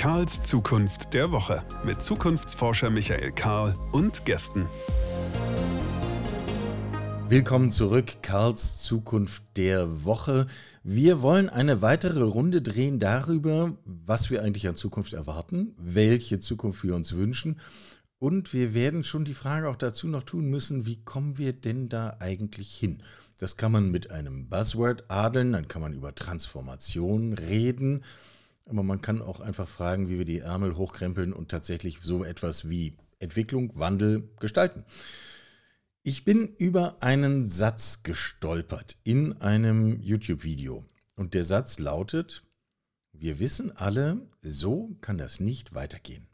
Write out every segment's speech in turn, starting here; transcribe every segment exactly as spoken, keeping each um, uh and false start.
Karls Zukunft der Woche mit Zukunftsforscher Michael Karl und Gästen. Willkommen zurück, Karls Zukunft der Woche. Wir wollen eine weitere Runde drehen darüber, was wir eigentlich an Zukunft erwarten, welche Zukunft wir uns wünschen. Und wir werden schon die Frage auch dazu noch tun müssen, wie kommen wir denn da eigentlich hin? Das kann man mit einem Buzzword adeln, dann kann man über Transformation reden. Aber man kann auch einfach fragen, wie wir die Ärmel hochkrempeln und tatsächlich so etwas wie Entwicklung, Wandel gestalten. Ich bin über einen Satz gestolpert in einem YouTube-Video. Und der Satz lautet: Wir wissen alle, so kann das nicht weitergehen.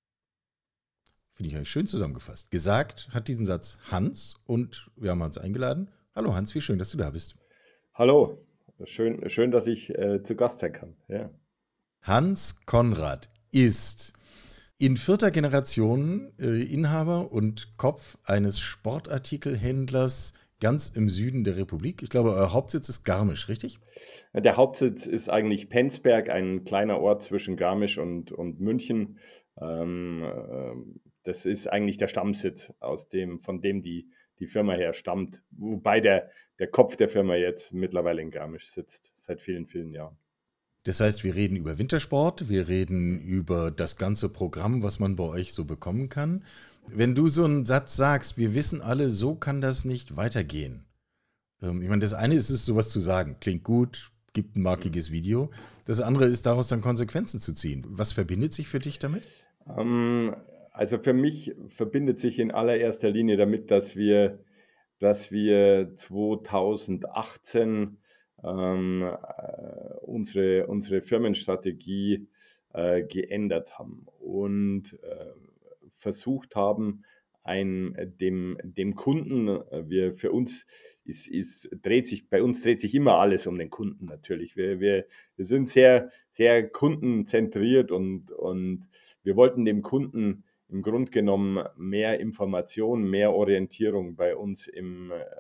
Finde ich eigentlich schön zusammengefasst. Gesagt hat diesen Satz Hans und wir haben Hans eingeladen. Hallo Hans, wie schön, dass du da bist. Hallo, schön, schön dass ich äh, zu Gast sein kann. Ja. Hans Konrad ist in vierter Generation äh, Inhaber und Kopf eines Sportartikelhändlers ganz im Süden der Republik. Ich glaube, euer Hauptsitz ist Garmisch, richtig? Der Hauptsitz ist eigentlich Penzberg, ein kleiner Ort zwischen Garmisch und, und München. Ähm, äh, das ist eigentlich der Stammsitz, aus dem, von dem die, die Firma her stammt. Wobei der, der Kopf der Firma jetzt mittlerweile in Garmisch sitzt, seit vielen, vielen Jahren. Das heißt, wir reden über Wintersport, wir reden über das ganze Programm, was man bei euch so bekommen kann. Wenn du so einen Satz sagst, wir wissen alle, so kann das nicht weitergehen. Ähm, ich meine, das eine ist es, sowas zu sagen, klingt gut, gibt ein markiges Video. Das andere ist, daraus dann Konsequenzen zu ziehen. Was verbindet sich für dich damit? Ähm, also für mich verbindet sich in allererster Linie damit, dass wir, dass wir zweitausendachtzehn Ähm, äh, unsere, unsere Firmenstrategie äh, geändert haben und äh, versucht haben, ein, dem, dem Kunden, äh, wir, für uns ist, ist, dreht sich, bei uns dreht sich immer alles um den Kunden natürlich. Wir, wir, wir sind sehr, sehr kundenzentriert und, und wir wollten dem Kunden im Grunde genommen mehr Information, mehr Orientierung bei uns im äh,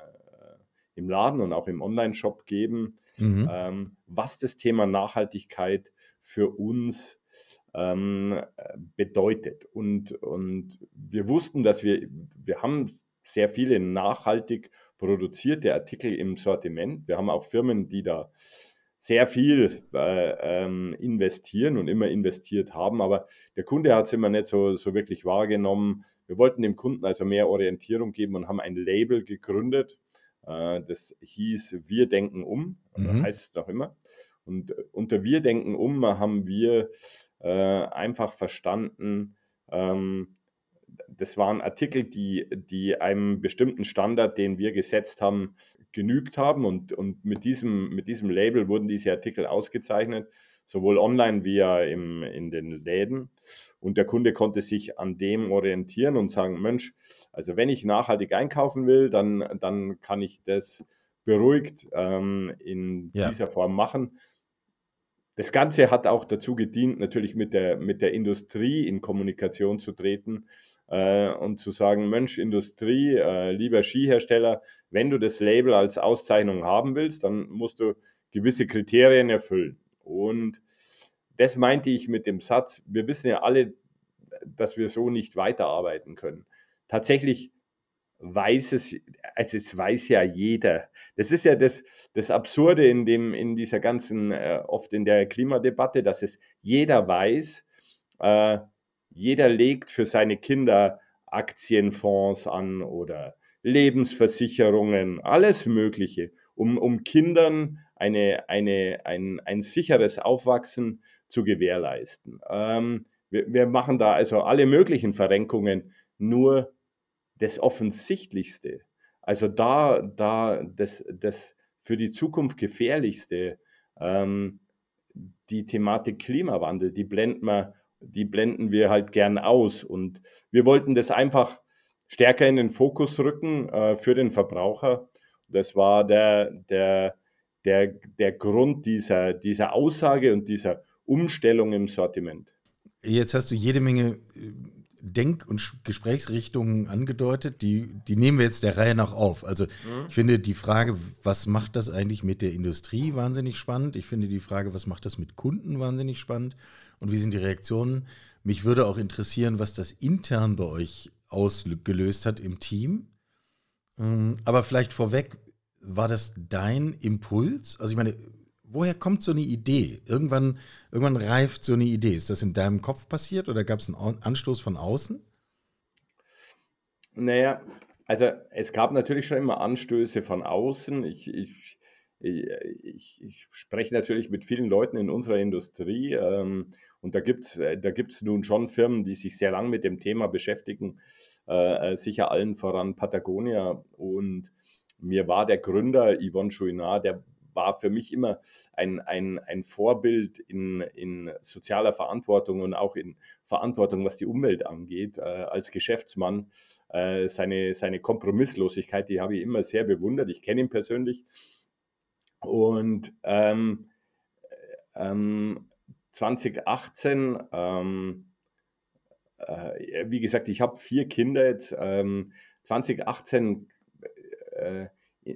im Laden und auch im Online-Shop geben, mhm. ähm, was das Thema Nachhaltigkeit für uns ähm, bedeutet. Und, und wir wussten, dass wir, wir haben sehr viele nachhaltig produzierte Artikel im Sortiment. Wir haben auch Firmen, die da sehr viel äh, ähm, investieren und immer investiert haben, aber der Kunde hat es immer nicht so, so wirklich wahrgenommen. Wir wollten dem Kunden also mehr Orientierung geben und haben ein Label gegründet. Das hieß Wir denken um, mhm. heißt es noch immer. Und unter Wir denken um haben wir äh, einfach verstanden, ähm, das waren Artikel, die, die einem bestimmten Standard, den wir gesetzt haben, genügt haben. Und, und mit, diesem, mit diesem Label wurden diese Artikel ausgezeichnet, sowohl online wie ja im, in den Läden. Und der Kunde konnte sich an dem orientieren und sagen, Mensch, also wenn ich nachhaltig einkaufen will, dann, dann kann ich das beruhigt ähm, in ja. dieser Form machen. Das Ganze hat auch dazu gedient, natürlich mit der, mit der Industrie in Kommunikation zu treten äh, und zu sagen, Mensch, Industrie, äh, lieber Skihersteller, wenn du das Label als Auszeichnung haben willst, dann musst du gewisse Kriterien erfüllen. Und das meinte ich mit dem Satz, wir wissen ja alle, dass wir so nicht weiterarbeiten können. Tatsächlich weiß es, also es weiß ja jeder. Das ist ja das, das Absurde in dem, in dieser ganzen, äh, oft in der Klimadebatte, dass es jeder weiß, äh, jeder legt für seine Kinder Aktienfonds an oder Lebensversicherungen, alles Mögliche, um, um Kindern eine, eine, ein, ein sicheres Aufwachsen zu gewährleisten. Ähm, wir, wir machen da also alle möglichen Verrenkungen, nur das Offensichtlichste, also da, da das, das für die Zukunft Gefährlichste, ähm, die Thematik Klimawandel, die blenden wir, die blenden wir halt gern aus. Und wir wollten das einfach stärker in den Fokus rücken äh, für den Verbraucher. Das war der, der, der, der Grund dieser, dieser Aussage und dieser Umstellung im Sortiment. Jetzt hast du jede Menge Denk- und Gesprächsrichtungen angedeutet, die, die nehmen wir jetzt der Reihe nach auf. Also mhm. ich finde die Frage, was macht das eigentlich mit der Industrie, wahnsinnig spannend. Ich finde die Frage, was macht das mit Kunden, wahnsinnig spannend. und wie sind die Reaktionen? Mich würde auch interessieren, was das intern bei euch ausgelöst hat im Team. Ähm, Aber vielleicht vorweg, war das dein Impuls? Also ich meine, woher kommt so eine Idee? Irgendwann, irgendwann reift so eine Idee. Ist das in deinem Kopf passiert oder gab es einen An- Anstoß von außen? Naja, also es gab natürlich schon immer Anstöße von außen. Ich, ich, ich, ich spreche natürlich mit vielen Leuten in unserer Industrie, ähm, und da gibt es da gibt's nun schon Firmen, die sich sehr lang mit dem Thema beschäftigen, äh, äh, sicher allen voran Patagonia. Und mir war der Gründer Yvon Chouinard, der war für mich immer ein, ein, ein Vorbild in, in sozialer Verantwortung und auch in Verantwortung, was die Umwelt angeht, äh, als Geschäftsmann. Äh, seine, seine Kompromisslosigkeit, die habe ich immer sehr bewundert. Ich kenne ihn persönlich. Und ähm, ähm, zwanzig achtzehn, ähm, äh, wie gesagt, ich habe vier Kinder jetzt. Ähm, zwanzig achtzehn, äh,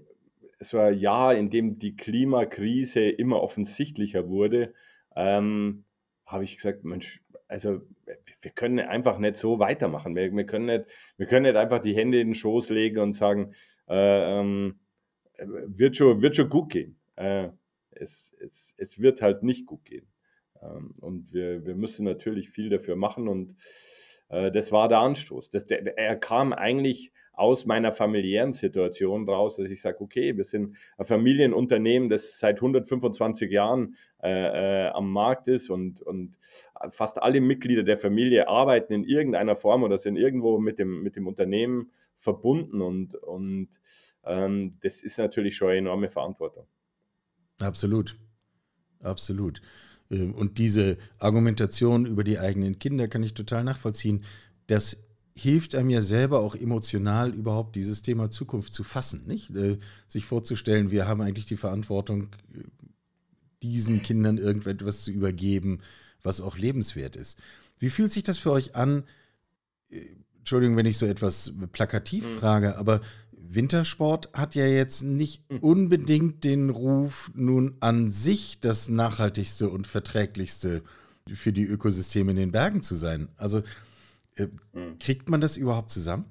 so ein Jahr, in dem die Klimakrise immer offensichtlicher wurde, ähm, habe ich gesagt, Mensch, also wir können einfach nicht so weitermachen. Wir, wir, können nicht, wir können nicht einfach die Hände in den Schoß legen und sagen, äh, ähm, wird, schon, wird schon gut gehen. Äh, es, es, es wird halt nicht gut gehen. Ähm, und wir, wir müssen natürlich viel dafür machen, und äh, das war der Anstoß. Das, der, er kam eigentlich aus meiner familiären Situation raus, dass ich sage, okay, wir sind ein Familienunternehmen, das seit hundertfünfundzwanzig Jahren äh, äh, am Markt ist, und, und fast alle Mitglieder der Familie arbeiten in irgendeiner Form oder sind irgendwo mit dem, mit dem Unternehmen verbunden, und, und ähm, das ist natürlich schon eine enorme Verantwortung. Absolut, absolut. Ähm, Und diese Argumentation über die eigenen Kinder kann ich total nachvollziehen. Das hilft einem ja selber auch emotional überhaupt dieses Thema Zukunft zu fassen, nicht? Äh, Sich vorzustellen, wir haben eigentlich die Verantwortung, äh, diesen Kindern irgendetwas zu übergeben, was auch lebenswert ist. Wie fühlt sich das für euch an? Äh, Entschuldigung, wenn ich so etwas plakativ Mhm. frage, aber Wintersport hat ja jetzt nicht Mhm. unbedingt den Ruf, nun an sich das nachhaltigste und verträglichste für die Ökosysteme in den Bergen zu sein. Also äh, Mhm. kriegt man das überhaupt zusammen?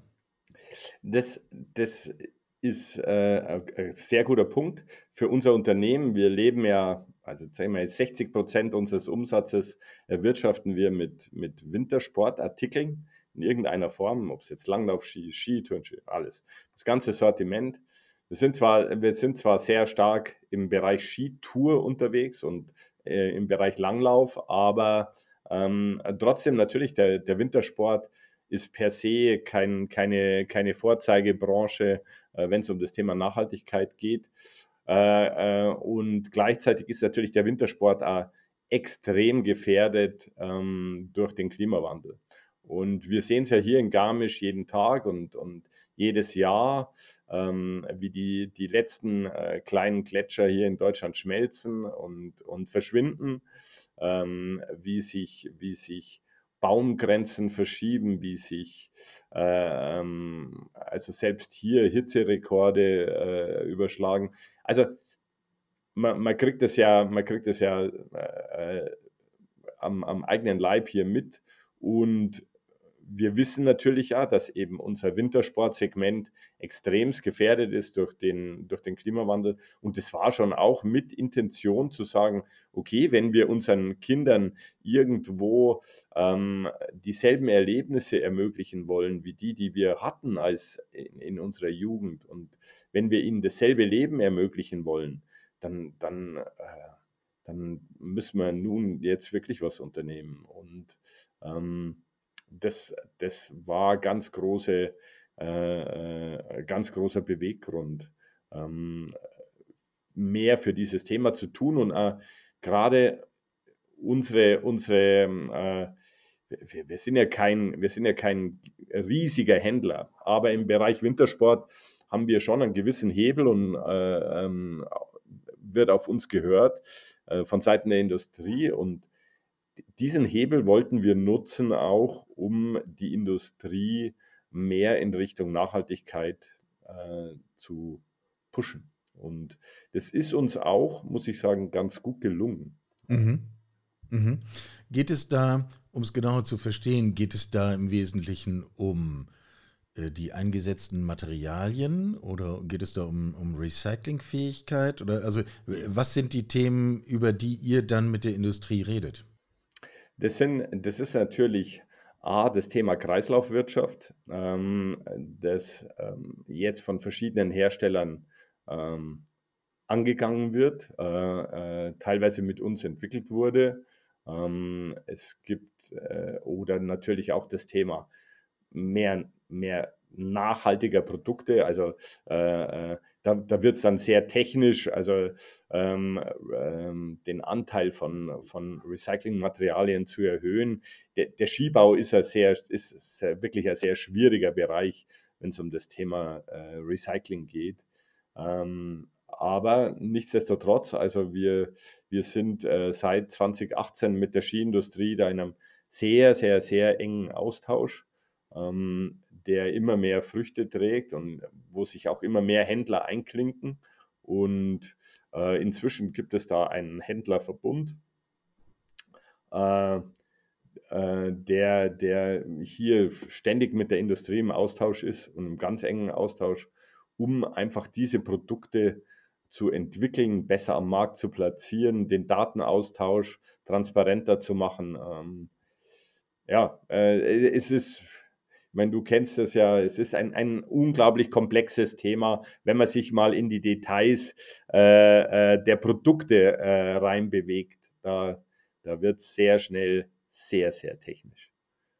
Das, das ist äh, ein sehr guter Punkt für unser Unternehmen. Wir leben ja, also sagen wir jetzt sechzig Prozent unseres Umsatzes erwirtschaften wir mit, mit Wintersportartikeln in irgendeiner Form, ob es jetzt Langlaufski, Ski, Turnschuhe, alles. Das ganze Sortiment. Wir sind zwar, wir sind zwar sehr stark im Bereich Skitour unterwegs und äh, im Bereich Langlauf, aber ähm, trotzdem natürlich der, der Wintersport ist per se kein, keine, keine Vorzeigebranche, äh, wenn es um das Thema Nachhaltigkeit geht. Äh, äh, und gleichzeitig ist natürlich der Wintersport auch extrem gefährdet ähm, durch den Klimawandel. Und wir sehen es ja hier in Garmisch jeden Tag und, und jedes Jahr, ähm, wie die, die letzten äh, kleinen Gletscher hier in Deutschland schmelzen und, und verschwinden, ähm, wie sich, wie sich Baumgrenzen verschieben, wie sich äh, ähm, also selbst hier Hitzerekorde äh, überschlagen. Also man, man kriegt das ja, man kriegt das ja äh, am, am eigenen Leib hier mit, und wir wissen natürlich ja, dass eben unser Wintersportsegment extremst gefährdet ist durch den, durch den Klimawandel. Und das war schon auch mit Intention zu sagen, okay, wenn wir unseren Kindern irgendwo ähm, dieselben Erlebnisse ermöglichen wollen, wie die, die wir hatten als in, in unserer Jugend, und wenn wir ihnen dasselbe Leben ermöglichen wollen, dann, dann, äh, dann müssen wir nun jetzt wirklich was unternehmen. Und ähm, das, das war ganz große, äh, äh, ganz großer Beweggrund, ähm, mehr für dieses Thema zu tun, und äh, gerade unsere, unsere äh, wir, wir, sind ja kein, wir sind ja kein riesiger Händler, aber im Bereich Wintersport haben wir schon einen gewissen Hebel, und äh, ähm, wird auf uns gehört äh, von Seiten der Industrie, und diesen Hebel wollten wir nutzen, auch um die Industrie mehr in Richtung Nachhaltigkeit äh, zu pushen. Und das ist uns auch, muss ich sagen, ganz gut gelungen. Mhm. Mhm. Geht es da, um es genauer zu verstehen, geht es da im Wesentlichen um äh, die eingesetzten Materialien oder geht es da um, um Recyclingfähigkeit? Oder also w- was sind die Themen, über die ihr dann mit der Industrie redet? Das sind, das ist natürlich A, das Thema Kreislaufwirtschaft, ähm, das ähm, jetzt von verschiedenen Herstellern ähm, angegangen wird, äh, äh, teilweise mit uns entwickelt wurde. Ähm, es gibt äh, oder natürlich auch das Thema mehr, mehr nachhaltiger Produkte. Also äh, äh, da, da wird es dann sehr technisch, also ähm, ähm, den Anteil von, von Recyclingmaterialien zu erhöhen. Der, der Skibau ist, ein sehr, ist, ist wirklich ein sehr schwieriger Bereich, wenn es um das Thema äh, Recycling geht. Ähm, aber nichtsdestotrotz, also wir, wir sind äh, seit zwanzig achtzehn mit der Skiindustrie da in einem sehr, sehr, sehr engen Austausch, ähm, der immer mehr Früchte trägt und wo sich auch immer mehr Händler einklinken. Und äh, inzwischen gibt es da einen Händlerverbund, äh, äh, der, der hier ständig mit der Industrie im Austausch ist und im ganz engen Austausch, um einfach diese Produkte zu entwickeln, besser am Markt zu platzieren, den Datenaustausch transparenter zu machen. Ähm, ja, äh, es ist, ich meine, du kennst es ja, es ist ein, ein unglaublich komplexes Thema, wenn man sich mal in die Details äh, äh, der Produkte äh, reinbewegt. Da, da wird es sehr schnell sehr, sehr technisch.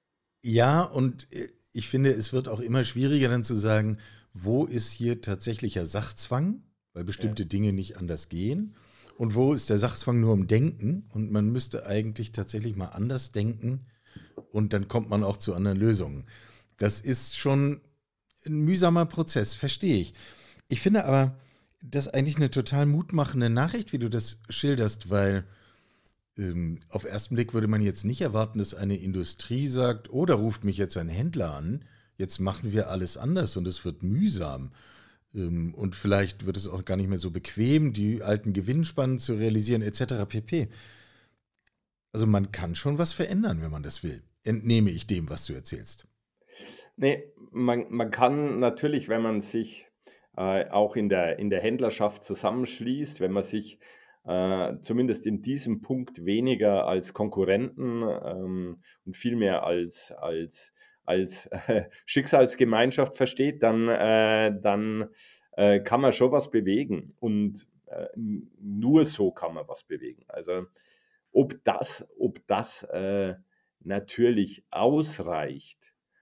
Ja, und äh, ich finde, es wird auch immer schwieriger dann zu sagen, wo ist hier tatsächlicher Sachzwang, weil Ja. bestimmte Dinge nicht anders gehen, und wo ist der Sachzwang nur im Denken und man müsste eigentlich tatsächlich mal anders denken und dann kommt man auch zu anderen Lösungen. Das ist schon ein mühsamer Prozess, verstehe ich. Ich finde aber, das ist eigentlich eine total mutmachende Nachricht, wie du das schilderst, weil ähm, auf ersten Blick würde man jetzt nicht erwarten, dass eine Industrie sagt, oh, da ruft mich jetzt ein Händler an, jetzt machen wir alles anders und es wird mühsam. Ähm, und vielleicht wird es auch gar nicht mehr so bequem, die alten Gewinnspannen zu realisieren, et cetera pp. Also man kann schon was verändern, wenn man das will. Entnehme ich dem, was du erzählst. Nee, man, man kann natürlich, wenn man sich äh, auch in der, in der Händlerschaft zusammenschließt, wenn man sich äh, zumindest in diesem Punkt weniger als Konkurrenten ähm, und vielmehr als, als, als äh, Schicksalsgemeinschaft versteht, dann, äh, dann äh, kann man schon was bewegen. Und äh, nur so kann man was bewegen. Also ob das, ob das äh, natürlich ausreicht,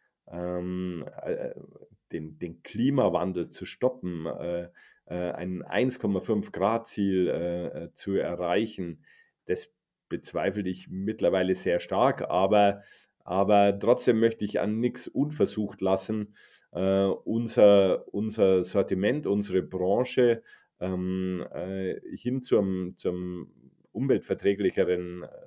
ähm, äh, den, den Klimawandel zu stoppen, äh, äh, ein eins Komma fünf Grad Ziel äh, äh, zu erreichen, das bezweifle ich mittlerweile sehr stark, aber, aber trotzdem möchte ich an nichts unversucht lassen, äh, unser, unser Sortiment, unsere Branche ähm, äh, hin zum, zum umweltverträglicheren äh,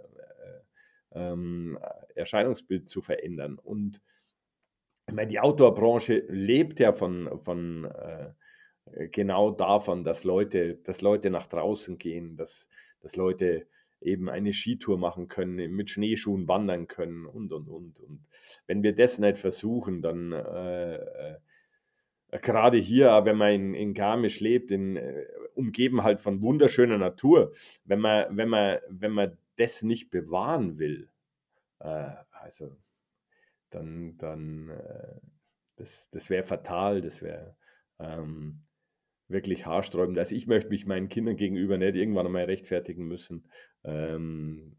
ähm, Erscheinungsbild zu verändern. Und ich meine, die Outdoor-Branche lebt ja von, von äh, genau davon, dass Leute, dass Leute nach draußen gehen, dass, dass Leute eben eine Skitour machen können, mit Schneeschuhen wandern können und, und, und. Und wenn wir das nicht versuchen, dann äh, äh, gerade hier, wenn man in, in Garmisch lebt, in, äh, umgeben halt von wunderschöner Natur, wenn man, wenn man, wenn man das nicht bewahren will, äh, also dann, dann äh, das, das wäre fatal, das wäre ähm, wirklich haarsträubend. Also ich möchte mich meinen Kindern gegenüber nicht irgendwann einmal rechtfertigen müssen, ähm,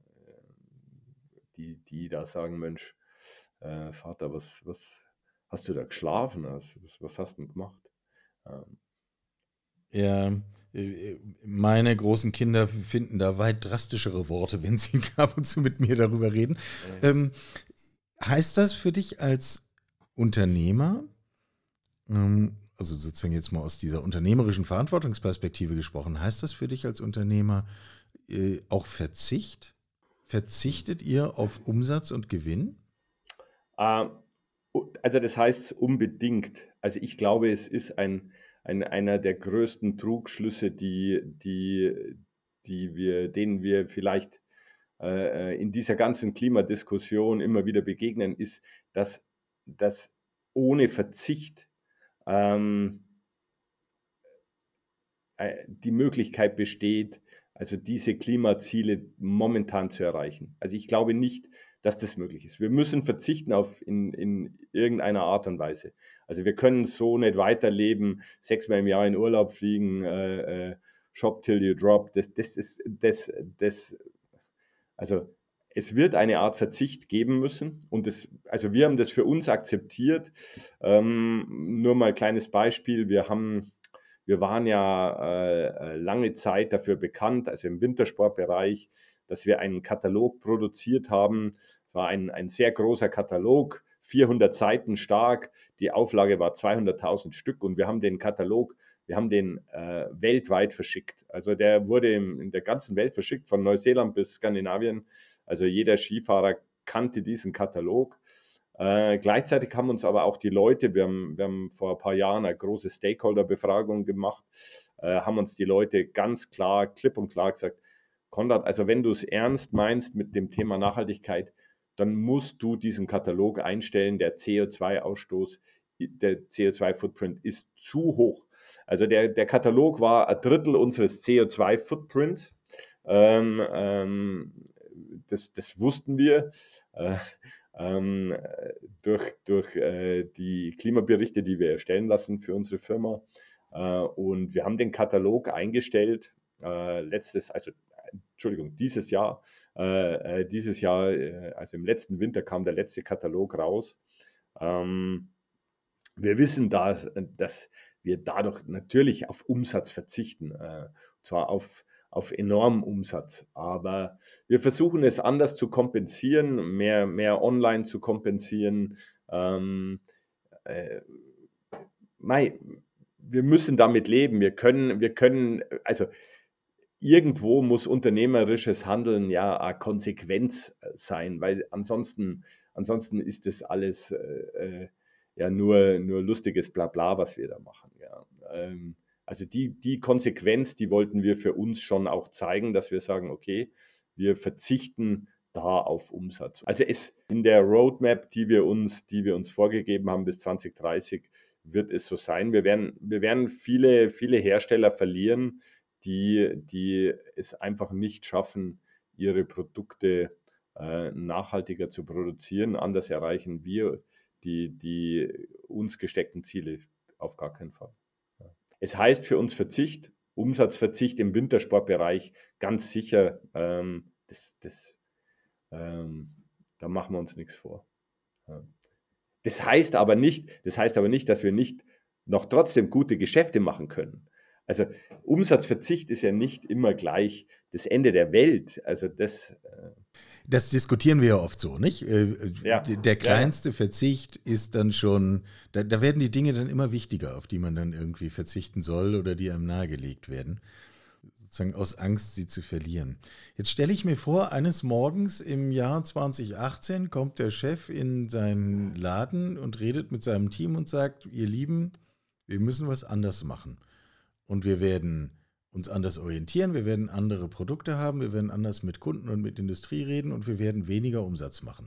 die, die da sagen, Mensch, äh, Vater, was, was hast du da geschlafen? Was, was hast du denn gemacht? Ähm, Ja, äh, meine großen Kinder finden da weit drastischere Worte, wenn sie ab und zu mit mir darüber reden. äh, Ähm, heißt das für dich als Unternehmer, ähm, also sozusagen jetzt mal aus dieser unternehmerischen Verantwortungsperspektive gesprochen, heißt das für dich als Unternehmer äh, auch Verzicht? Verzichtet ihr auf Umsatz und Gewinn? äh, also das heißt unbedingt. Also ich glaube, es ist ein, ein, einer der größten Trugschlüsse, die, die, die wir, denen wir vielleicht äh, in dieser ganzen Klimadiskussion immer wieder begegnen, ist, dass, dass ohne Verzicht ähm, äh, die Möglichkeit besteht, also diese Klimaziele momentan zu erreichen. Also ich glaube nicht, dass das möglich ist. Wir müssen verzichten auf in, in irgendeiner Art und Weise. Also wir können so nicht weiterleben, sechsmal im Jahr in Urlaub fliegen, äh, äh, shop till you drop. Das, das ist das, das, also es wird eine Art Verzicht geben müssen und das, also wir haben das für uns akzeptiert. Ähm, nur mal ein kleines Beispiel: Wir haben wir waren ja äh, lange Zeit dafür bekannt, also im Wintersportbereich, dass wir einen Katalog produziert haben. Es war ein, ein sehr großer Katalog, vierhundert Seiten stark. Die Auflage war zweihunderttausend Stück und wir haben den Katalog, wir haben den äh, weltweit verschickt. Also der wurde im, in der ganzen Welt verschickt, von Neuseeland bis Skandinavien. Also jeder Skifahrer kannte diesen Katalog. Äh, gleichzeitig haben uns aber auch die Leute, wir haben, wir haben vor ein paar Jahren eine große Stakeholder-Befragung gemacht, äh, haben uns die Leute ganz klar, klipp und klar gesagt: Konrad, also wenn du es ernst meinst mit dem Thema Nachhaltigkeit, dann musst du diesen Katalog einstellen. Der C O zwei Ausstoß, der C O zwei Footprint ist zu hoch. Also der, der Katalog war ein Drittel unseres C O zwei Footprints. Ähm, ähm, das, das wussten wir. Äh, ähm, durch, durch äh, die Klimaberichte, die wir erstellen lassen für unsere Firma. Äh, und wir haben den Katalog eingestellt, äh, letztes, also Entschuldigung, dieses Jahr, äh, äh, dieses Jahr, äh, also im letzten Winter kam der letzte Katalog raus. Ähm, wir wissen da, dass wir dadurch natürlich auf Umsatz verzichten, äh, zwar auf auf enormen Umsatz. Aber wir versuchen es anders zu kompensieren, mehr, mehr online zu kompensieren. Ähm, äh, mei, wir müssen damit leben. Wir können, wir können, also irgendwo muss unternehmerisches Handeln ja eine Konsequenz sein, weil ansonsten, ansonsten ist das alles äh, ja nur, nur lustiges Blabla, was wir da machen. Ja. Ähm, also die, die Konsequenz, die wollten wir für uns schon auch zeigen, dass wir sagen, okay, wir verzichten da auf Umsatz. Also es in der Roadmap, die wir uns, die wir uns vorgegeben haben bis zwanzig dreißig, wird es so sein. Wir werden, wir werden viele, viele Hersteller verlieren, die, die es einfach nicht schaffen, ihre Produkte äh, nachhaltiger zu produzieren. Anders erreichen wir die, die uns gesteckten Ziele auf gar keinen Fall. Ja. Es heißt für uns Verzicht, Umsatzverzicht im Wintersportbereich, ganz sicher. Ähm, das, das, ähm, da machen wir uns nichts vor. Ja. Das heißt aber nicht, das heißt aber nicht, dass wir nicht noch trotzdem gute Geschäfte machen können. Also Umsatzverzicht ist ja nicht immer gleich das Ende der Welt. Also das. Äh Das diskutieren wir ja oft so, nicht? Äh, ja, Der ja, ja. kleinste Verzicht ist dann schon, da, da werden die Dinge dann immer wichtiger, auf die man dann irgendwie verzichten soll oder die einem nahegelegt werden. Sozusagen aus Angst, sie zu verlieren. Jetzt stelle ich mir vor, eines Morgens im Jahr zwanzig achtzehn kommt der Chef in seinen Laden und redet mit seinem Team und sagt: Ihr Lieben, wir müssen was anders machen. Und wir werden uns anders orientieren, wir werden andere Produkte haben, wir werden anders mit Kunden und mit Industrie reden und wir werden weniger Umsatz machen.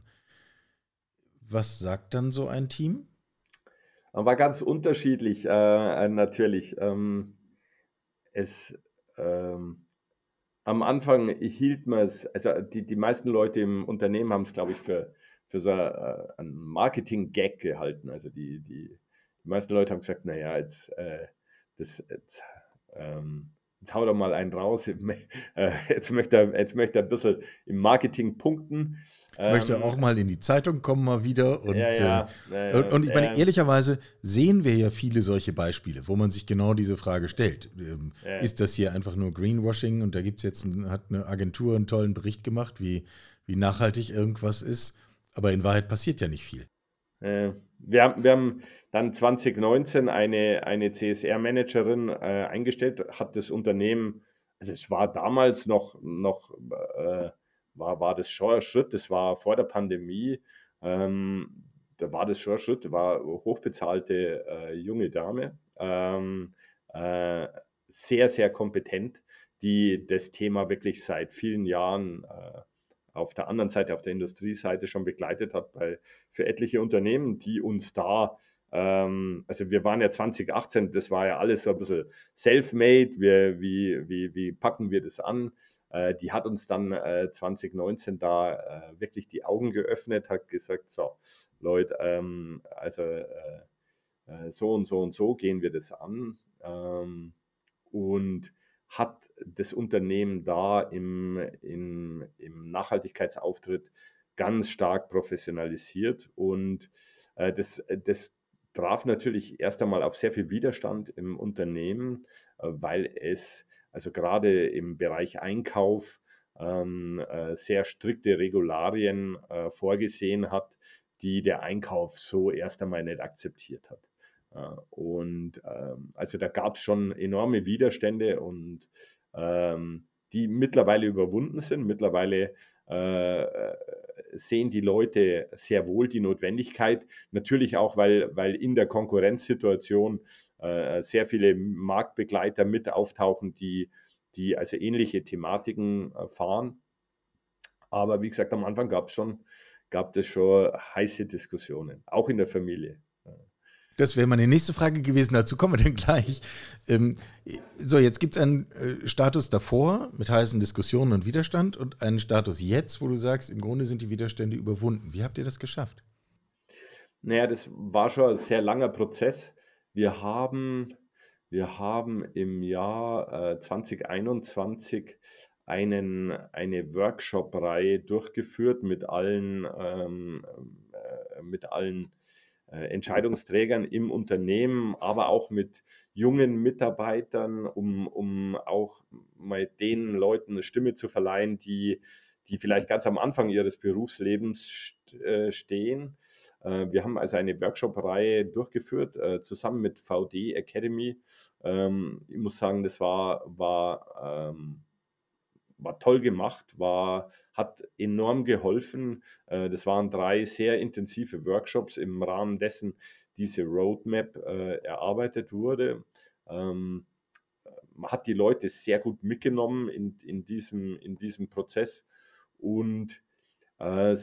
Was sagt dann so ein Team? War ganz unterschiedlich, äh, natürlich. Ähm, es, ähm, am Anfang hielt man es, also die, die meisten Leute im Unternehmen haben es, glaube ich, für, für so äh, einen Marketing-Gag gehalten. Also die, die, die meisten Leute haben gesagt, naja, jetzt, äh, das, jetzt, ähm, jetzt hau doch mal einen raus, jetzt möchte er, jetzt möchte er ein bisschen im Marketing punkten. Möchte Ähm, auch mal in die Zeitung kommen mal wieder ja, und, äh, ja, ja, und, ja, und ich meine, ja, ehrlicherweise sehen wir ja viele solche Beispiele, wo man sich genau diese Frage stellt. Ähm, ja. ist das hier einfach nur Greenwashing und da gibt es jetzt, ein, hat eine Agentur einen tollen Bericht gemacht, wie, wie nachhaltig irgendwas ist, aber in Wahrheit passiert ja nicht viel. Äh, wir haben, wir haben dann zwanzig neunzehn eine, eine C S R-Managerin äh, eingestellt, hat das Unternehmen, also es war damals noch, noch äh, war, war das schon ein Schritt, das war vor der Pandemie, ähm, da war das schon ein Schritt, war hochbezahlte äh, junge Dame, ähm, äh, sehr, sehr kompetent, die das Thema wirklich seit vielen Jahren äh, auf der anderen Seite, auf der Industrieseite schon begleitet hat bei, für etliche Unternehmen, die uns da, ähm, also wir waren ja zwanzig achtzehn, das war ja alles so ein bisschen self-made, wir, wie, wie, wie packen wir das an? Äh, die hat uns dann äh, zwanzig neunzehn da äh, wirklich die Augen geöffnet, hat gesagt, so Leute, ähm, also äh, äh, so und so und so gehen wir das an. Ähm, und hat das Unternehmen da im, im, im Nachhaltigkeitsauftritt ganz stark professionalisiert. Und äh, das, das traf natürlich erst einmal auf sehr viel Widerstand im Unternehmen, äh, weil es also gerade im Bereich Einkauf ähm, äh, sehr strikte Regularien äh, vorgesehen hat, die der Einkauf so erst einmal nicht akzeptiert hat. Äh, Und ähm, also da gab es schon enorme Widerstände und ähm, die mittlerweile überwunden sind. Mittlerweile äh, sehen die Leute sehr wohl die Notwendigkeit, natürlich auch, weil, weil in der Konkurrenzsituation äh, sehr viele Marktbegleiter mit auftauchen, die, die also ähnliche Thematiken äh, fahren. Aber wie gesagt, am Anfang gab es schon, gab es schon heiße Diskussionen, auch in der Familie. Das wäre meine nächste Frage gewesen, dazu kommen wir dann gleich. Ähm, so, jetzt gibt es einen äh, Status davor mit heißen Diskussionen und Widerstand und einen Status jetzt, wo du sagst, im Grunde sind die Widerstände überwunden. Wie habt ihr das geschafft? Naja, das war schon ein sehr langer Prozess. Wir haben, wir haben im Jahr äh, zwanzig einundzwanzig einen, eine Workshop-Reihe durchgeführt mit allen, ähm, äh, mit allen äh, Entscheidungsträgern im Unternehmen, aber auch mit jungen Mitarbeitern, um, um auch mal den Leuten eine Stimme zu verleihen, die, die vielleicht ganz am Anfang ihres Berufslebens st äh, stehen. Äh, wir haben also eine Workshop-Reihe durchgeführt, äh, zusammen mit V D Academy. Ähm, ich muss sagen, das war, war ähm, war toll gemacht, war, hat enorm geholfen. Äh, das waren drei sehr intensive Workshops, im Rahmen dessen diese Roadmap äh, erarbeitet wurde. Ähm, man hat die Leute sehr gut mitgenommen in, in, diesem, in diesem Prozess und äh,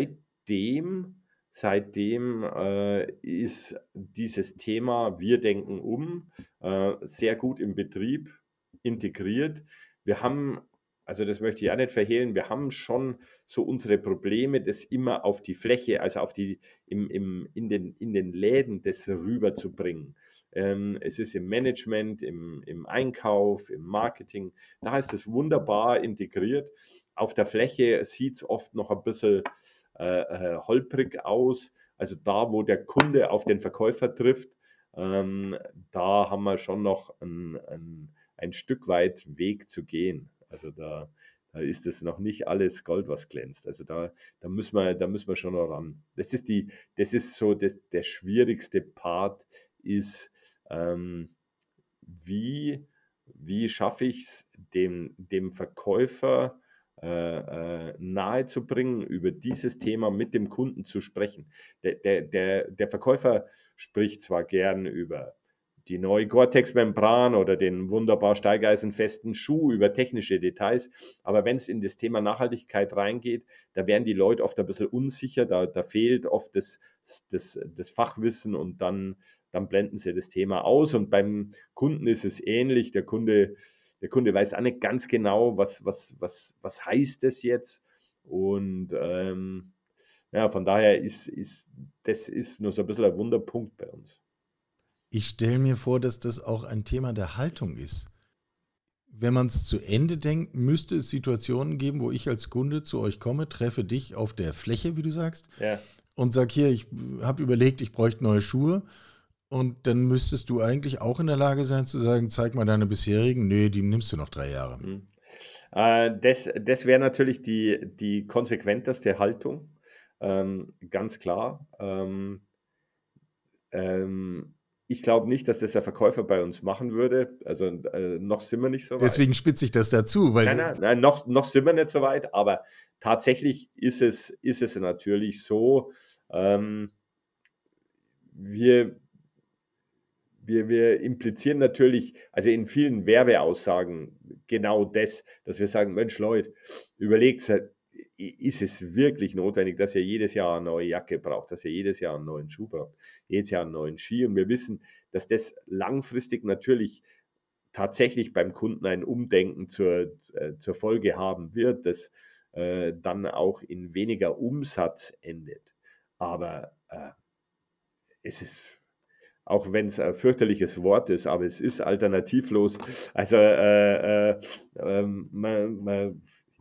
seitdem, seitdem äh, ist dieses Thema Wir denken um äh, sehr gut im Betrieb integriert. Wir haben, also das möchte ich auch nicht verhehlen, wir haben schon so unsere Probleme, das immer auf die Fläche, also auf die, im, im, in, den, in den Läden das rüberzubringen. Ähm, es ist im Management, im, im Einkauf, im Marketing, da ist es wunderbar integriert. Auf der Fläche sieht es oft noch ein bisschen äh, äh, holprig aus. Also da, wo der Kunde auf den Verkäufer trifft, ähm, da haben wir schon noch ein, ein, ein Stück weit Weg zu gehen. Also da, da ist es noch nicht alles Gold, was glänzt. Also da, da, müssen, wir, da müssen wir schon noch ran. Das ist, die, das ist so das, der schwierigste Part, ist, ähm, wie, wie schaffe ich es, dem, dem Verkäufer äh, äh, nahezubringen, über dieses Thema mit dem Kunden zu sprechen. Der, der, der, der Verkäufer spricht zwar gern über die neue Gore-Tex-Membran oder den wunderbar steigeisenfesten Schuh, über technische Details, aber wenn es in das Thema Nachhaltigkeit reingeht, da werden die Leute oft ein bisschen unsicher, da, da fehlt oft das, das, das Fachwissen und dann, dann blenden sie das Thema aus und beim Kunden ist es ähnlich, der Kunde der Kunde weiß auch nicht ganz genau, was, was, was, was heißt das jetzt. Und ähm, ja, von daher ist, ist das ist nur so ein bisschen ein Wunderpunkt bei uns. Ich stelle mir vor, dass das auch ein Thema der Haltung ist. Wenn man es zu Ende denkt, müsste es Situationen geben, wo ich als Kunde zu euch komme, treffe dich auf der Fläche, wie du sagst, Ja. und sag hier, ich habe überlegt, ich bräuchte neue Schuhe. Und dann müsstest du eigentlich auch in der Lage sein zu sagen, zeig mal deine bisherigen. Nee, die nimmst du noch drei Jahre. Hm. Äh, das das wäre natürlich die, die konsequenteste Haltung, ähm, ganz klar. Ähm, ähm, ich glaube nicht, dass das der Verkäufer bei uns machen würde. Also äh, noch sind wir nicht so weit. Deswegen spitze ich das dazu, weil Nein, nein, nein, noch, noch sind wir nicht so weit, aber tatsächlich ist es, ist es natürlich so, ähm, wir, wir, wir implizieren natürlich, also in vielen Werbeaussagen genau das, dass wir sagen, Mensch Leute, überlegt, ist es wirklich notwendig, dass er jedes Jahr eine neue Jacke braucht, dass er jedes Jahr einen neuen Schuh braucht, jedes Jahr einen neuen Ski. Und wir wissen, dass das langfristig natürlich tatsächlich beim Kunden ein Umdenken zur, äh, zur Folge haben wird, das äh, dann auch in weniger Umsatz endet. Aber äh, es ist, auch wenn es ein fürchterliches Wort ist, aber es ist alternativlos. Also äh, äh, ähm, man, man,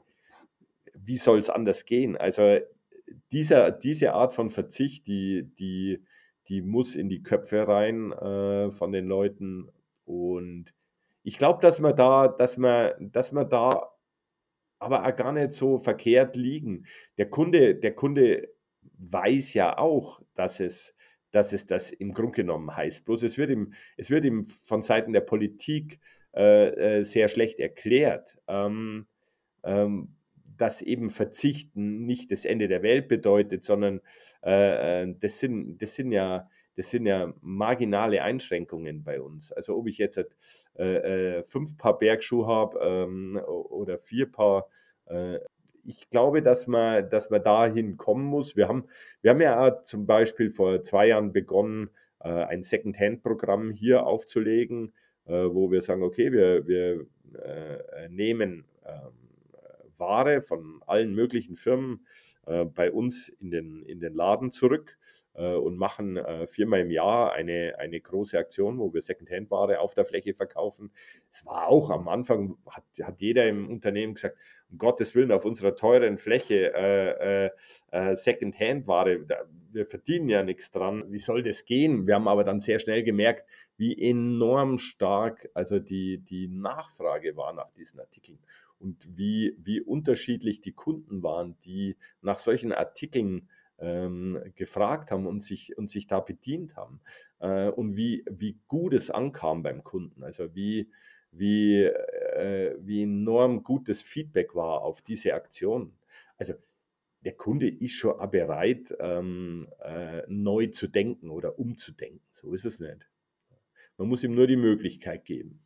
wie soll es anders gehen? Also dieser, diese Art von Verzicht, die, die, die muss in die Köpfe rein äh, von den Leuten. Und ich glaube, dass wir da, dass wir, dass wir da aber auch gar nicht so verkehrt liegen. Der Kunde, der Kunde weiß ja auch, dass es, dass es das im Grunde genommen heißt. Bloß es wird ihm, es wird ihm von Seiten der Politik äh, äh, sehr schlecht erklärt. Ähm, ähm, dass eben Verzichten nicht das Ende der Welt bedeutet, sondern äh, äh, das, sind, das, sind ja, das sind ja marginale Einschränkungen bei uns. Also ob ich jetzt äh, äh, fünf Paar Bergschuhe habe ähm, oder vier Paar, äh, ich glaube, dass man, dass man dahin kommen muss. Wir haben, wir haben ja auch zum Beispiel vor zwei Jahren begonnen, äh, ein Second-Hand-Programm hier aufzulegen, äh, wo wir sagen, okay, wir, wir äh, nehmen ähm, Ware von allen möglichen Firmen äh, bei uns in den, in den Laden zurück äh, und machen äh, viermal im Jahr eine, eine große Aktion, wo wir Secondhand-Ware auf der Fläche verkaufen. Es war auch am Anfang, hat, hat jeder im Unternehmen gesagt, um Gottes Willen, auf unserer teuren Fläche äh, äh, Secondhand-Ware, wir verdienen ja nichts dran, wie soll das gehen? Wir haben aber dann sehr schnell gemerkt, wie enorm stark also die, die Nachfrage war nach diesen Artikeln und wie, wie unterschiedlich die Kunden waren, die nach solchen Artikeln ähm, gefragt haben und sich, und sich da bedient haben äh, und wie, wie gut es ankam beim Kunden, also wie, wie, äh, wie enorm gutes Feedback war auf diese Aktionen. Also der Kunde ist schon auch bereit, ähm, äh, neu zu denken oder umzudenken. So ist es nicht. Man muss ihm nur die Möglichkeit geben.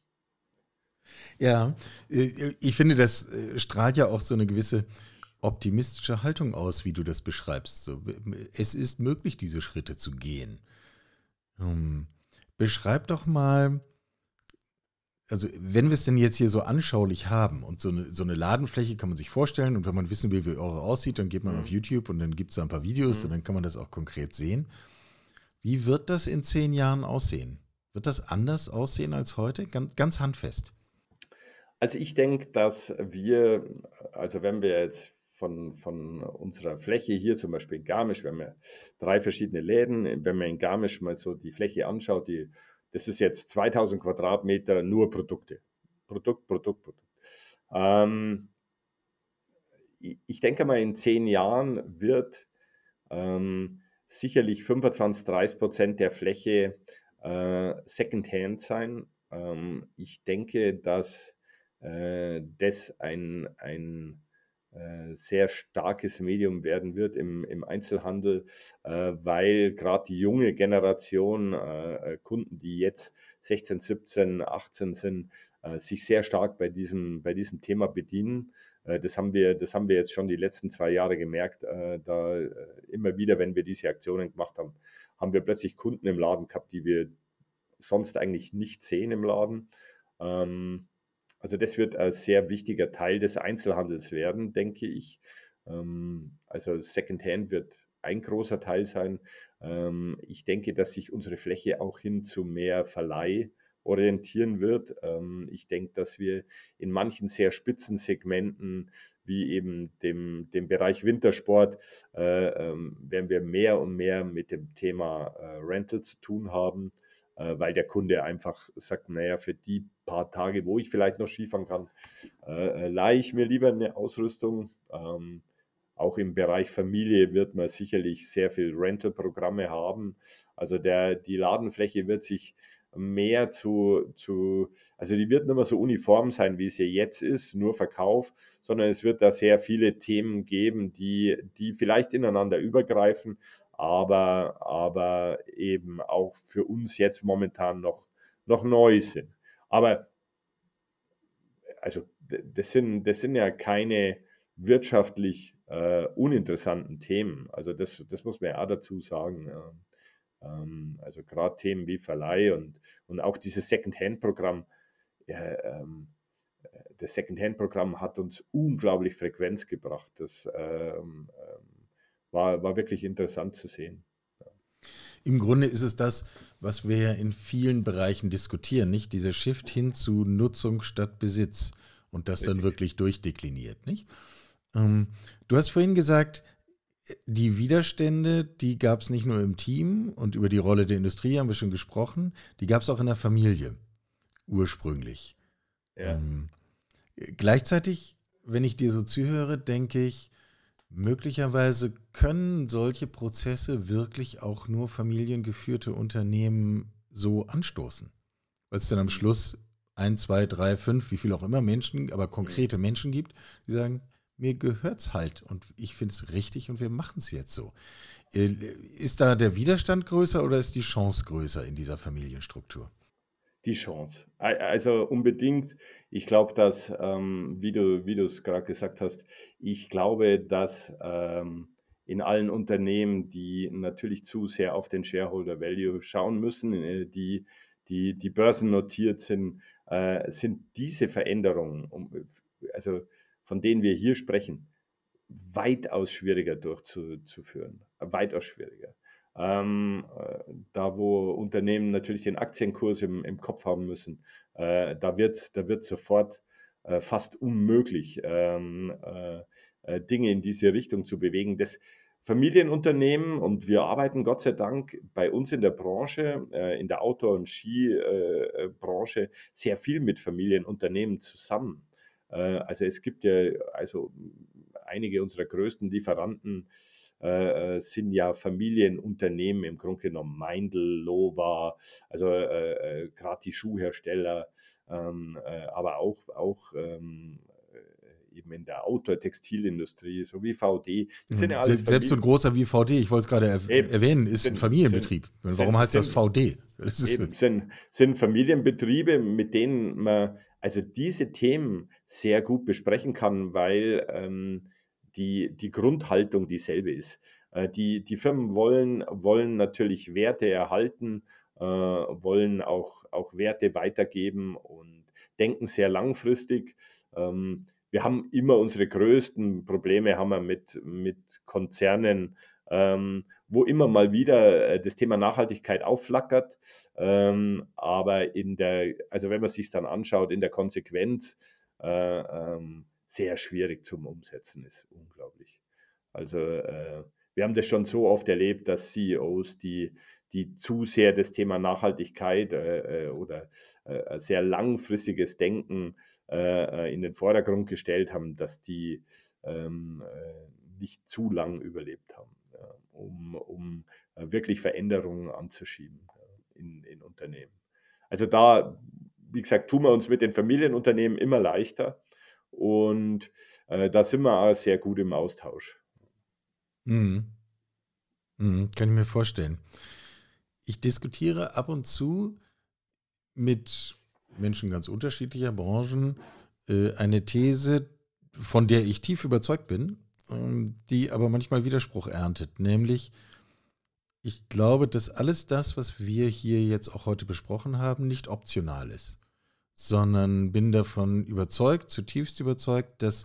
Ja, äh, ich finde, das äh, strahlt ja auch so eine gewisse optimistische Haltung aus, wie du das beschreibst. So, es ist möglich, diese Schritte zu gehen. Hm. Beschreib doch mal, also wenn wir es denn jetzt hier so anschaulich haben und so eine, so eine Ladenfläche kann man sich vorstellen und wenn man wissen will, wie eure aussieht, dann geht man auf Mhm. YouTube und dann gibt es da ein paar Videos und Mhm. dann kann man das auch konkret sehen. Wie wird das in zehn Jahren aussehen? Wird das anders aussehen als heute? Ganz, ganz handfest. Also ich denke, dass wir, also wenn wir jetzt von, von unserer Fläche hier zum Beispiel in Garmisch, wir haben ja drei verschiedene Läden, wenn man in Garmisch mal so die Fläche anschaut, die, das ist jetzt zweitausend Quadratmeter nur Produkte. Produkt, Produkt, Produkt. Ähm, ich ich denke mal, in zehn Jahren wird ähm, sicherlich fünfundzwanzig, dreißig Prozent der Fläche äh, Secondhand sein. Ähm, ich denke, dass äh, das ein, ein äh, sehr starkes Medium werden wird im, im Einzelhandel, äh, weil gerade die junge Generation äh, Kunden, die jetzt sechzehn, siebzehn, achtzehn sind, äh, sich sehr stark bei diesem, bei diesem Thema bedienen. Äh, Das haben wir, das haben wir jetzt schon die letzten zwei Jahre gemerkt. Äh, Da äh, immer wieder, wenn wir diese Aktionen gemacht haben, haben wir plötzlich Kunden im Laden gehabt, die wir sonst eigentlich nicht sehen im Laden. Ähm, Also das wird ein sehr wichtiger Teil des Einzelhandels werden, denke ich. Ähm, Also Secondhand wird ein großer Teil sein. Ähm, Ich denke, dass sich unsere Fläche auch hin zu mehr Verleih orientieren wird. Ähm, Ich denke, dass wir in manchen sehr spitzen Segmenten, wie eben dem, dem Bereich Wintersport, äh, ähm, werden wir mehr und mehr mit dem Thema äh, Rental zu tun haben, äh, weil der Kunde einfach sagt, naja, für die paar Tage, wo ich vielleicht noch Skifahren kann, äh, leihe ich mir lieber eine Ausrüstung. Ähm, auch im Bereich Familie wird man sicherlich sehr viel Rental-Programme haben. Also der, die Ladenfläche wird sich mehr zu, zu, also die wird nicht mehr so uniform sein, wie sie jetzt ist, nur Verkauf, sondern es wird da sehr viele Themen geben, die, die vielleicht ineinander übergreifen, aber, aber eben auch für uns jetzt momentan noch, noch neu sind. Aber also das sind, das sind ja keine, wirtschaftlich äh, uninteressanten Themen. Also das, das muss man ja auch dazu sagen. Ja. Ähm, also gerade Themen wie Verleih und, und auch dieses Second-Hand-Programm. Ja, ähm, das Second-Hand-Programm hat uns unglaublich Frequenz gebracht. Das ähm, ähm, war, war wirklich interessant zu sehen. Im Grunde ist es das, was wir ja in vielen Bereichen diskutieren, nicht? Dieser Shift hin zu Nutzung statt Besitz und das dann Richtig. wirklich durchdekliniert, nicht? Ähm, du hast vorhin gesagt, die Widerstände, die gab es nicht nur im Team und über die Rolle der Industrie haben wir schon gesprochen, die gab es auch in der Familie ursprünglich. Ja. Ähm, gleichzeitig, wenn ich dir so zuhöre, denke ich, möglicherweise können solche Prozesse wirklich auch nur familiengeführte Unternehmen so anstoßen. Weil es dann am Schluss ein, zwei, drei, fünf, wie viel auch immer Menschen, aber konkrete Menschen gibt, die sagen, mir gehört's halt und ich finde es richtig und wir machen es jetzt so. Äh, Ist da der Widerstand größer oder ist die Chance größer in dieser Familienstruktur? Die Chance. Al- Also unbedingt. Ich glaube, dass, ähm, wie du, wie du es gerade gesagt hast, ich glaube, dass ähm, in allen Unternehmen, die natürlich zu sehr auf den Shareholder Value schauen müssen, äh, die, die, die börsennotiert sind, äh, sind diese Veränderungen, um, also von denen wir hier sprechen, weitaus schwieriger durchzuführen. Weitaus schwieriger. Ähm, äh, da, wo Unternehmen natürlich den Aktienkurs im, im Kopf haben müssen, äh, da wird da wird sofort äh, fast unmöglich, ähm, äh, äh, Dinge in diese Richtung zu bewegen. Das Familienunternehmen, und wir arbeiten Gott sei Dank bei uns in der Branche, äh, in der Outdoor- und Skibranche, äh, sehr viel mit Familienunternehmen zusammen. Äh, also es gibt ja also einige unserer größten Lieferanten äh, äh, sind ja Familienunternehmen im Grunde genommen. Meindl, Lova, also äh, äh, gerade die Schuhhersteller, ähm, äh, aber auch, auch ähm, äh, eben in der Outdoor-Textilindustrie, so wie V D. Das sind ja alles Selbst so ein Familien. großer wie V D, ich wollte es gerade er Eben, erwähnen, ist ein sind, sind, Familienbetrieb. Warum sind, heißt das sind, V D? Das ist, Eben, sind, sind Familienbetriebe, mit denen man also diese Themen sehr gut besprechen kann, weil ähm, die, die Grundhaltung dieselbe ist. Äh, die, die Firmen wollen, wollen natürlich Werte erhalten, äh, wollen auch, auch Werte weitergeben und denken sehr langfristig. Ähm, wir haben immer unsere größten Probleme haben wir mit, mit Konzernen, ähm, wo immer mal wieder äh, das Thema Nachhaltigkeit aufflackert. Ähm, aber in der, also wenn man sich dann anschaut, in der Konsequenz äh, ähm, sehr schwierig zum Umsetzen ist. Unglaublich. Also äh, wir haben das schon so oft erlebt, dass C E Os, die, die zu sehr das Thema Nachhaltigkeit äh, äh, oder äh, sehr langfristiges Denken äh, in den Vordergrund gestellt haben, dass die ähm, äh, nicht zu lang überlebt haben, ja, um, um äh, wirklich Veränderungen anzuschieben ja, in, in Unternehmen. Also da, wie gesagt, tun wir uns mit den Familienunternehmen immer leichter und äh, da sind wir auch sehr gut im Austausch. mhm. Mhm, kann ich mir vorstellen. Ich diskutiere ab und zu mit Menschen ganz unterschiedlicher Branchen äh, eine These, von der ich tief überzeugt bin, ähm, die aber manchmal Widerspruch erntet. Nämlich, ich glaube, dass alles das, was wir hier jetzt auch heute besprochen haben, nicht optional ist, sondern bin davon überzeugt, zutiefst überzeugt, dass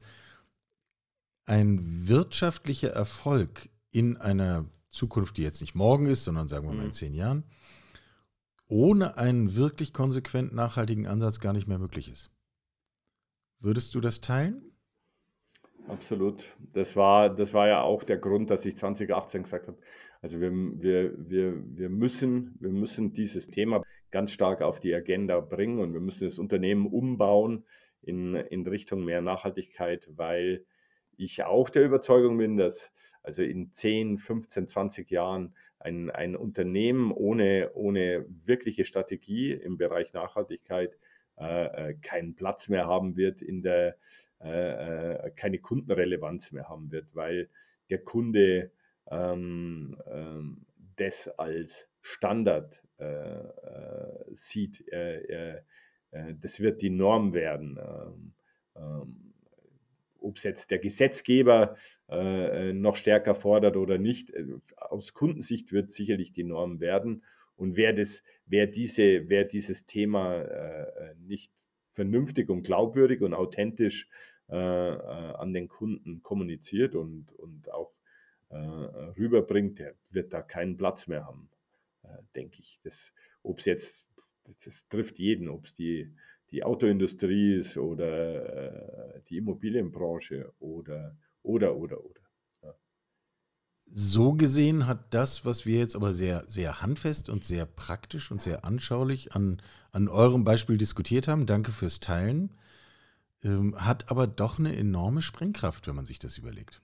ein wirtschaftlicher Erfolg in einer Zukunft, die jetzt nicht morgen ist, sondern sagen wir mal in Mhm. zehn Jahren, ohne einen wirklich konsequent nachhaltigen Ansatz gar nicht mehr möglich ist. Würdest du das teilen? Absolut. Das war, das war ja auch der Grund, dass ich zwanzig achtzehn gesagt habe, also wir, wir, wir, wir müssen, wir müssen dieses Thema ganz stark auf die Agenda bringen und wir müssen das Unternehmen umbauen in, in Richtung mehr Nachhaltigkeit, weil ich auch der Überzeugung bin, dass also in zehn, fünfzehn, zwanzig Jahren ein, ein Unternehmen ohne, ohne wirkliche Strategie im Bereich Nachhaltigkeit äh, äh, keinen Platz mehr haben wird in der äh, keine Kundenrelevanz mehr haben wird, weil der Kunde ähm, ähm, das als Standard äh, äh, sieht. Äh, äh, das wird die Norm werden. Ähm, ähm, ob es jetzt der Gesetzgeber äh, noch stärker fordert oder nicht. Aus Kundensicht wird sicherlich die Norm werden. Und wer, das, wer, diese, wer dieses Thema äh, nicht vernünftig und glaubwürdig und authentisch äh, äh, an den Kunden kommuniziert und, und auch äh, rüberbringt, der wird da keinen Platz mehr haben, äh, denke ich. Ob es jetzt, das, das trifft jeden, ob es die, die Autoindustrie ist oder äh, die Immobilienbranche oder, oder, oder, oder. Ja. So gesehen hat das, was wir jetzt aber sehr, sehr handfest und sehr praktisch und sehr anschaulich an, an eurem Beispiel diskutiert haben, danke fürs Teilen, ähm, hat aber doch eine enorme Sprengkraft, wenn man sich das überlegt.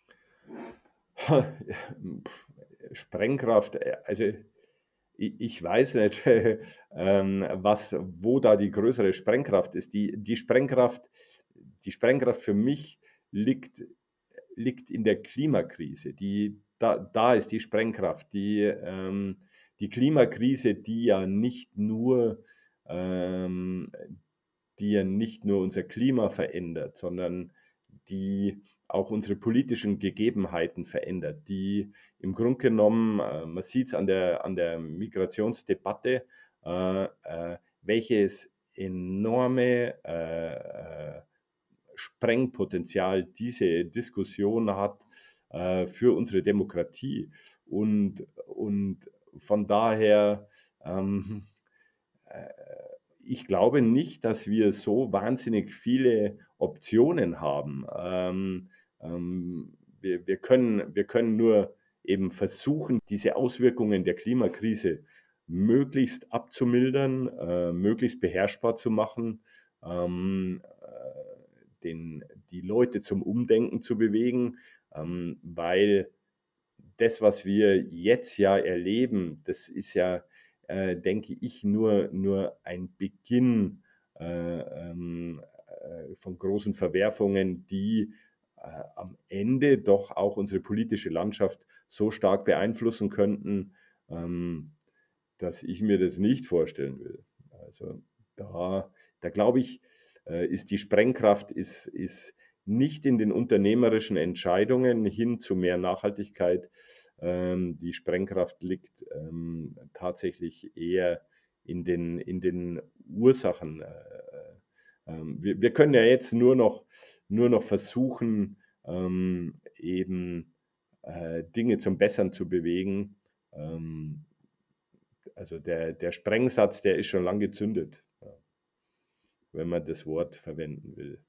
Sprengkraft, also ich, ich weiß nicht, ähm, was, wo da die größere Sprengkraft ist. Die, die Sprengkraft, die Sprengkraft für mich liegt liegt in der Klimakrise. Die, da, da ist die Sprengkraft. Die, ähm, die Klimakrise, die ja nicht nur, ähm, die ja nicht nur unser Klima verändert, sondern die auch unsere politischen Gegebenheiten verändert, die im Grunde genommen, äh, man sieht es an der, an der Migrationsdebatte, äh, äh, welches enorme äh, Sprengpotenzial diese Diskussion hat äh, für unsere Demokratie. Und, und von daher, ähm, äh, ich glaube nicht, dass wir so wahnsinnig viele Optionen haben. Ähm, ähm, wir, wir, können, wir können nur eben versuchen, diese Auswirkungen der Klimakrise möglichst abzumildern, äh, möglichst beherrschbar zu machen. Ähm, Den, die Leute zum Umdenken zu bewegen, ähm, weil das, was wir jetzt ja erleben, das ist ja, äh, denke ich, nur, nur ein Beginn äh, ähm, äh, von großen Verwerfungen, die äh, am Ende doch auch unsere politische Landschaft so stark beeinflussen könnten, ähm, dass ich mir das nicht vorstellen will. Also da, da glaube ich, ist die Sprengkraft ist, ist nicht in den unternehmerischen Entscheidungen hin zu mehr Nachhaltigkeit. Ähm, die Sprengkraft liegt ähm, tatsächlich eher in den, in den Ursachen. Äh, ähm, wir, wir können ja jetzt nur noch, nur noch versuchen, ähm, eben äh, Dinge zum Bessern zu bewegen. Ähm, also der, der Sprengsatz, der ist schon lang gezündet, wenn man das Wort verwenden will.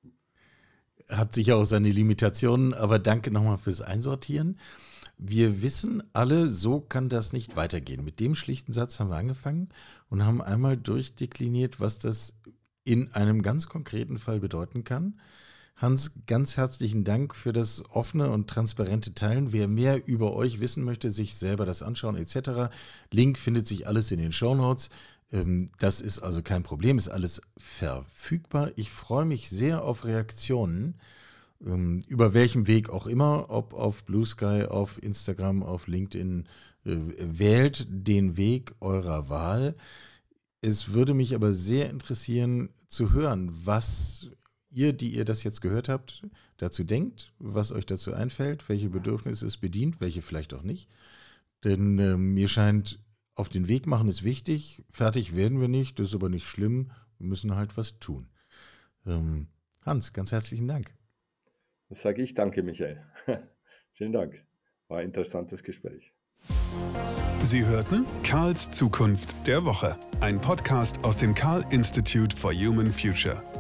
Hat sicher auch seine Limitationen, aber danke nochmal fürs Einsortieren. Wir wissen alle, so kann das nicht weitergehen. Mit dem schlichten Satz haben wir angefangen und haben einmal durchdekliniert, was das in einem ganz konkreten Fall bedeuten kann. Hans, ganz herzlichen Dank für das offene und transparente Teilen. Wer mehr über euch wissen möchte, sich selber das anschauen et cetera. Link findet sich alles in den Shownotes. Das ist also kein Problem, ist alles verfügbar. Ich freue mich sehr auf Reaktionen, über welchen Weg auch immer, ob auf Blue Sky, auf Instagram, auf LinkedIn. Wählt den Weg eurer Wahl. Es würde mich aber sehr interessieren zu hören, was ihr, die ihr das jetzt gehört habt, dazu denkt, was euch dazu einfällt, welche Bedürfnisse es bedient, welche vielleicht auch nicht. Denn äh, mir scheint, auf den Weg machen ist wichtig, fertig werden wir nicht, das ist aber nicht schlimm, wir müssen halt was tun. Ähm, Hans, ganz herzlichen Dank. Das sage ich, danke Michael. Vielen Dank, war ein interessantes Gespräch. Sie hörten Karls Zukunft der Woche, ein Podcast aus dem Karl Institute for Human Future.